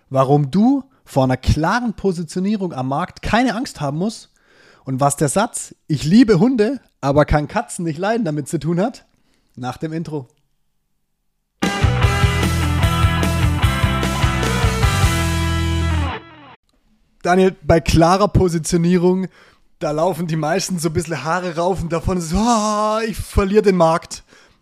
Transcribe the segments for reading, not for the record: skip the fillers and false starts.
warum du vor einer klaren Positionierung am Markt keine Angst haben musst und was der Satz „Ich liebe Hunde, aber kann Katzen nicht leiden" damit zu tun hat, nach dem Intro. Daniel, bei klarer Positionierung, da laufen die meisten so ein bisschen Haare rauf und davon so, ich verliere den Markt.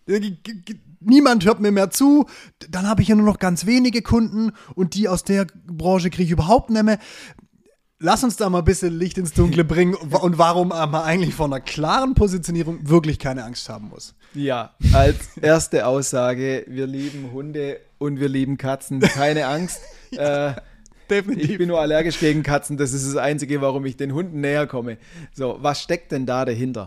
Niemand hört mir mehr zu, dann habe ich ja nur noch ganz wenige Kunden und die aus der Branche kriege ich überhaupt nicht mehr. Lass uns da mal ein bisschen Licht ins Dunkle bringen und warum man eigentlich vor einer klaren Positionierung wirklich keine Angst haben muss. Ja, als erste Aussage, wir lieben Hunde und wir lieben Katzen, keine Angst. Definitiv. Ich bin nur allergisch gegen Katzen, das ist das Einzige, warum ich den Hunden näher komme. So, was steckt denn da dahinter?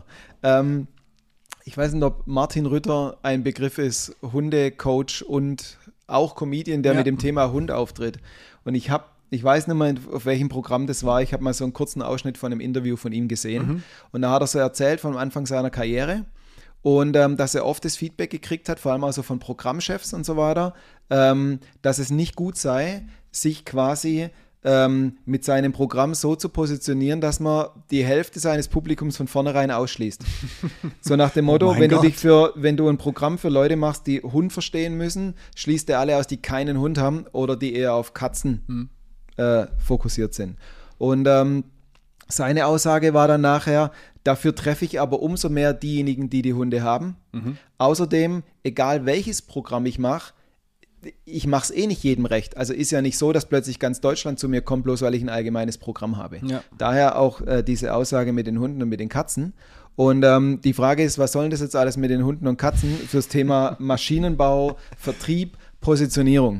Ich weiß nicht, ob Martin Rütter ein Begriff ist, Hundecoach und auch Comedian, der mit dem Thema Hund auftritt. Und ich weiß nicht mehr, auf welchem Programm das war, ich habe mal so einen kurzen Ausschnitt von einem Interview von ihm gesehen. Und da hat er so erzählt vom Anfang seiner Karriere und dass er oft das Feedback gekriegt hat, vor allem also von Programmchefs und so weiter, dass es nicht gut sei, sich quasi mit seinem Programm so zu positionieren, dass man die Hälfte seines Publikums von vornherein ausschließt. So nach dem Motto, wenn du ein Programm für Leute machst, die Hund verstehen müssen, schließt er alle aus, die keinen Hund haben oder die eher auf Katzen fokussiert sind. Und seine Aussage war dann nachher, dafür treffe ich aber umso mehr diejenigen, die Hunde haben. Außerdem, egal welches Programm ich mache es eh nicht jedem recht. Also ist ja nicht so, dass plötzlich ganz Deutschland zu mir kommt, bloß weil ich ein allgemeines Programm habe. Ja. Daher auch diese Aussage mit den Hunden und mit den Katzen. Und die Frage ist, was soll das jetzt alles mit den Hunden und Katzen fürs Thema Maschinenbau, Vertrieb, Positionierung?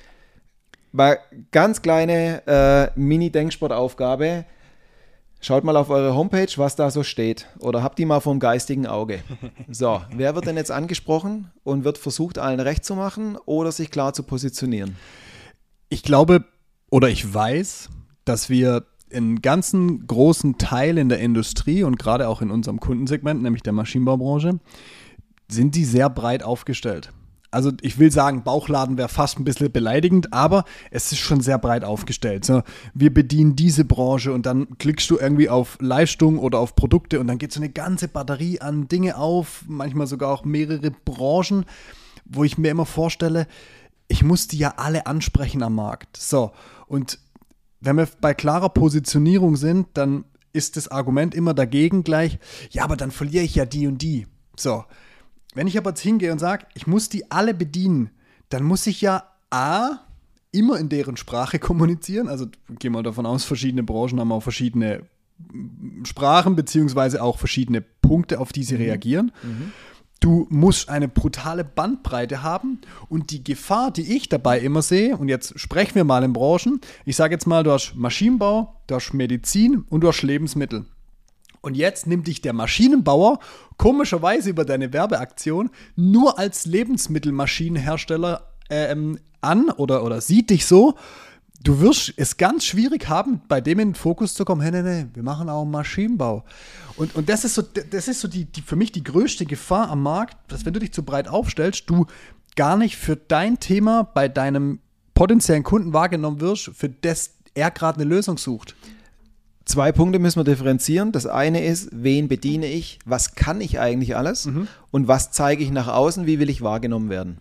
Mal ganz kleine Mini-Denksportaufgabe. Schaut mal auf eure Homepage, was da so steht. Oder habt die mal vom geistigen Auge. So, wer wird denn jetzt angesprochen und wird versucht, allen recht zu machen oder sich klar zu positionieren? Ich glaube oder ich weiß, dass wir einen ganzen großen Teil in der Industrie und gerade auch in unserem Kundensegment, nämlich der Maschinenbaubranche, sind die sehr breit aufgestellt. Also ich will sagen, Bauchladen wäre fast ein bisschen beleidigend, aber es ist schon sehr breit aufgestellt. So, wir bedienen diese Branche und dann klickst du irgendwie auf Leistung oder auf Produkte und dann geht so eine ganze Batterie an Dinge auf, manchmal sogar auch mehrere Branchen, wo ich mir immer vorstelle, ich muss die ja alle ansprechen am Markt. So, und wenn wir bei klarer Positionierung sind, dann ist das Argument immer dagegen gleich, ja, aber dann verliere ich ja die und die. So. Wenn ich aber jetzt hingehe und sage, ich muss die alle bedienen, dann muss ich ja immer in deren Sprache kommunizieren. Also gehen wir davon aus, verschiedene Branchen haben auch verschiedene Sprachen beziehungsweise auch verschiedene Punkte, auf die sie reagieren. Du musst eine brutale Bandbreite haben und die Gefahr, die ich dabei immer sehe, und jetzt sprechen wir mal in Branchen, ich sage jetzt mal, du hast Maschinenbau, du hast Medizin und du hast Lebensmittel. Und jetzt nimmt dich der Maschinenbauer komischerweise über deine Werbeaktion nur als Lebensmittelmaschinenhersteller an oder sieht dich so. Du wirst es ganz schwierig haben, bei dem in den Fokus zu kommen, nee, wir machen auch Maschinenbau. Und das ist so die für mich die größte Gefahr am Markt, dass wenn du dich zu breit aufstellst, du gar nicht für dein Thema bei deinem potenziellen Kunden wahrgenommen wirst, für das er gerade eine Lösung sucht. 2 Punkte müssen wir differenzieren. Das eine ist, wen bediene ich, was kann ich eigentlich alles und was zeige ich nach außen, wie will ich wahrgenommen werden.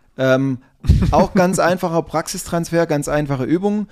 Auch ganz einfacher Praxistransfer, ganz einfache Übung.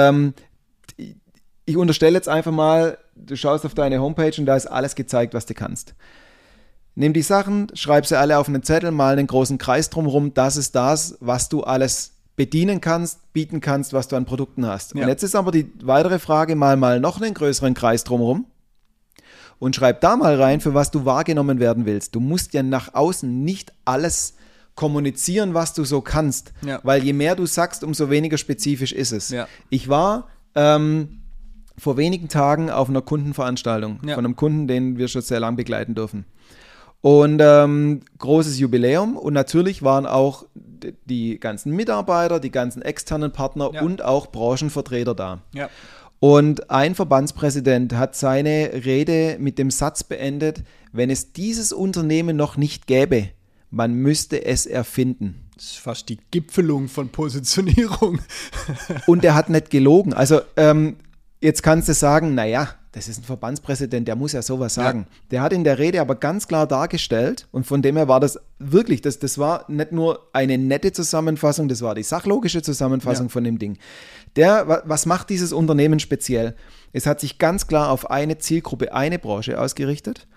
Ich unterstelle jetzt einfach mal, du schaust auf deine Homepage und da ist alles gezeigt, was du kannst. Nimm die Sachen, schreib sie alle auf einen Zettel, mal einen großen Kreis drumherum. Das ist das, was du alles bedienen kannst, bieten kannst, was du an Produkten hast. Ja. Und jetzt ist aber die weitere Frage, mal noch einen größeren Kreis drumherum und schreib da mal rein, für was du wahrgenommen werden willst. Du musst ja nach außen nicht alles kommunizieren, was du so kannst, weil je mehr du sagst, umso weniger spezifisch ist es. Ja. Ich war vor wenigen Tagen auf einer Kundenveranstaltung von einem Kunden, den wir schon sehr lange begleiten dürfen. Und großes Jubiläum und natürlich waren auch die ganzen Mitarbeiter, die ganzen externen Partner und auch Branchenvertreter da. Ja. Und ein Verbandspräsident hat seine Rede mit dem Satz beendet, wenn es dieses Unternehmen noch nicht gäbe, man müsste es erfinden. Das ist fast die Gipfelung von Positionierung. Und er hat nicht gelogen. Also jetzt kannst du sagen, naja, das ist ein Verbandspräsident, der muss ja sowas sagen. Ja. Der hat in der Rede aber ganz klar dargestellt und von dem her war das wirklich, das war nicht nur eine nette Zusammenfassung, das war die sachlogische Zusammenfassung von dem Ding. Was macht dieses Unternehmen speziell? Es hat sich ganz klar auf eine Zielgruppe, eine Branche ausgerichtet.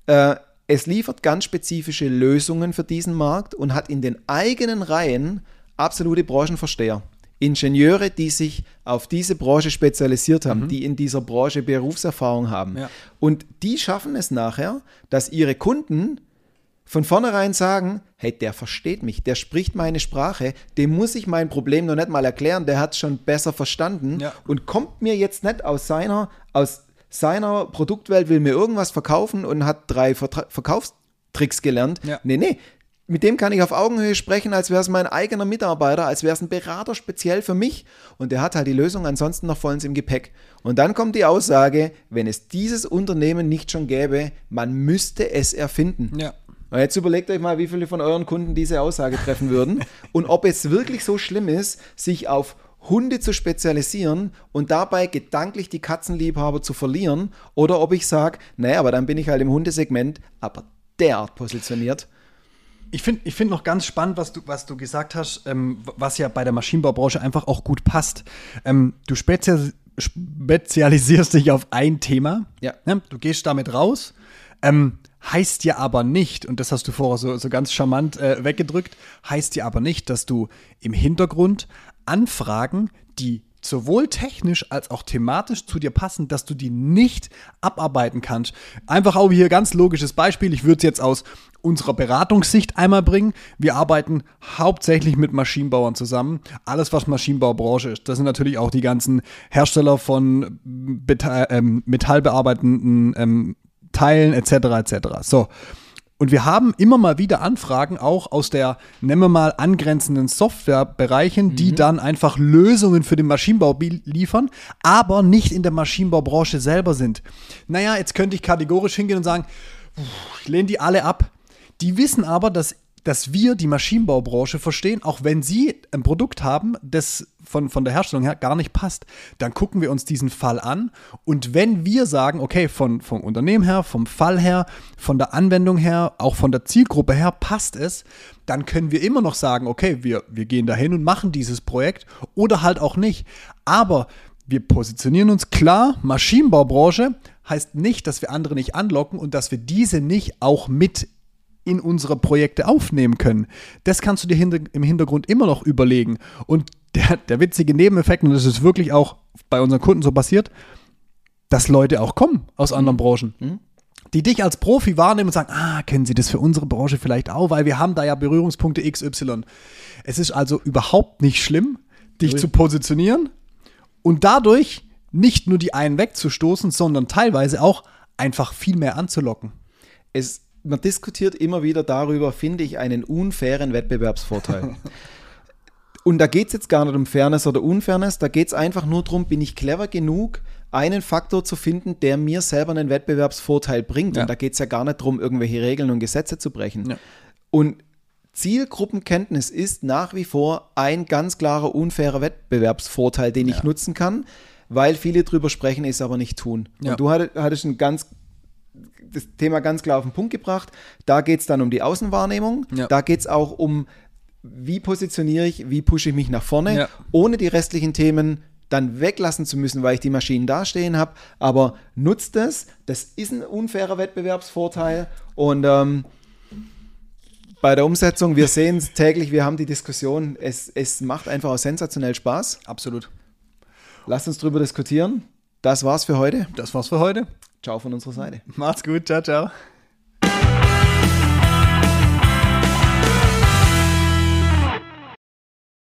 Es liefert ganz spezifische Lösungen für diesen Markt und hat in den eigenen Reihen absolute Branchenversteher. Ingenieure, die sich auf diese Branche spezialisiert haben, die in dieser Branche Berufserfahrung haben. Ja. Und die schaffen es nachher, dass ihre Kunden von vornherein sagen, hey, der versteht mich, der spricht meine Sprache, dem muss ich mein Problem noch nicht mal erklären, der hat es schon besser verstanden und kommt mir jetzt nicht aus seiner Produktwelt, will mir irgendwas verkaufen und hat 3 Verkaufstricks gelernt. Ja. Nee. Mit dem kann ich auf Augenhöhe sprechen, als wäre es mein eigener Mitarbeiter, als wäre es ein Berater speziell für mich. Und der hat halt die Lösung ansonsten noch vollends im Gepäck. Und dann kommt die Aussage, wenn es dieses Unternehmen nicht schon gäbe, man müsste es erfinden. Ja. Und jetzt überlegt euch mal, wie viele von euren Kunden diese Aussage treffen würden und ob es wirklich so schlimm ist, sich auf Hunde zu spezialisieren und dabei gedanklich die Katzenliebhaber zu verlieren oder ob ich sage, naja, aber dann bin ich halt im Hundesegment, aber derart positioniert. Ich find noch ganz spannend, was du gesagt hast, was ja bei der Maschinenbaubranche einfach auch gut passt. Du spezialisierst dich auf ein Thema, ne? Du gehst damit raus, heißt ja aber nicht, und das hast du vorher so ganz charmant weggedrückt, heißt ja aber nicht, dass du im Hintergrund Anfragen, die sowohl technisch als auch thematisch zu dir passen, dass du die nicht abarbeiten kannst. Einfach auch hier ganz logisches Beispiel. Ich würde es jetzt aus unserer Beratungssicht einmal bringen. Wir arbeiten hauptsächlich mit Maschinenbauern zusammen. Alles, was Maschinenbaubranche ist. Das sind natürlich auch die ganzen Hersteller von metallbearbeitenden Teilen etc. etc. So. Und wir haben immer mal wieder Anfragen auch aus der, nennen wir mal, angrenzenden Softwarebereichen, die dann einfach Lösungen für den Maschinenbau liefern, aber nicht in der Maschinenbaubranche selber sind. Naja, jetzt könnte ich kategorisch hingehen und sagen, ich lehne die alle ab. Die wissen aber, dass wir die Maschinenbaubranche verstehen, auch wenn sie ein Produkt haben, das von der Herstellung her gar nicht passt. Dann gucken wir uns diesen Fall an und wenn wir sagen, okay, vom Unternehmen her, vom Fall her, von der Anwendung her, auch von der Zielgruppe her passt es, dann können wir immer noch sagen, okay, wir gehen dahin und machen dieses Projekt oder halt auch nicht. Aber wir positionieren uns klar, Maschinenbaubranche heißt nicht, dass wir andere nicht anlocken und dass wir diese nicht auch mit in unsere Projekte aufnehmen können. Das kannst du dir im Hintergrund immer noch überlegen. Und der witzige Nebeneffekt, und das ist wirklich auch bei unseren Kunden so passiert, dass Leute auch kommen aus anderen Branchen, die dich als Profi wahrnehmen und sagen, kennen Sie das für unsere Branche vielleicht auch, weil wir haben da ja Berührungspunkte XY. Es ist also überhaupt nicht schlimm, dich zu positionieren und dadurch nicht nur die einen wegzustoßen, sondern teilweise auch einfach viel mehr anzulocken. Man diskutiert immer wieder darüber, finde ich einen unfairen Wettbewerbsvorteil. Und da geht es jetzt gar nicht um Fairness oder Unfairness, da geht es einfach nur darum, bin ich clever genug, einen Faktor zu finden, der mir selber einen Wettbewerbsvorteil bringt. Ja. Und da geht es ja gar nicht darum, irgendwelche Regeln und Gesetze zu brechen. Ja. Und Zielgruppenkenntnis ist nach wie vor ein ganz klarer unfairer Wettbewerbsvorteil, den ich nutzen kann, weil viele drüber sprechen, es aber nicht tun. Ja. Und du hattest das Thema ganz klar auf den Punkt gebracht. Da geht es dann um die Außenwahrnehmung. Ja. Da geht es auch um, wie positioniere ich, wie pushe ich mich nach vorne, ohne die restlichen Themen dann weglassen zu müssen, weil ich die Maschinen dastehen habe. Aber nutzt es. Das ist ein unfairer Wettbewerbsvorteil. Und bei der Umsetzung, wir sehen es täglich, wir haben die Diskussion. Es macht einfach auch sensationell Spaß. Absolut. Lasst uns drüber diskutieren. Das war's für heute. Das war's für heute. Ciao von unserer Seite. Macht's gut. Ciao, ciao.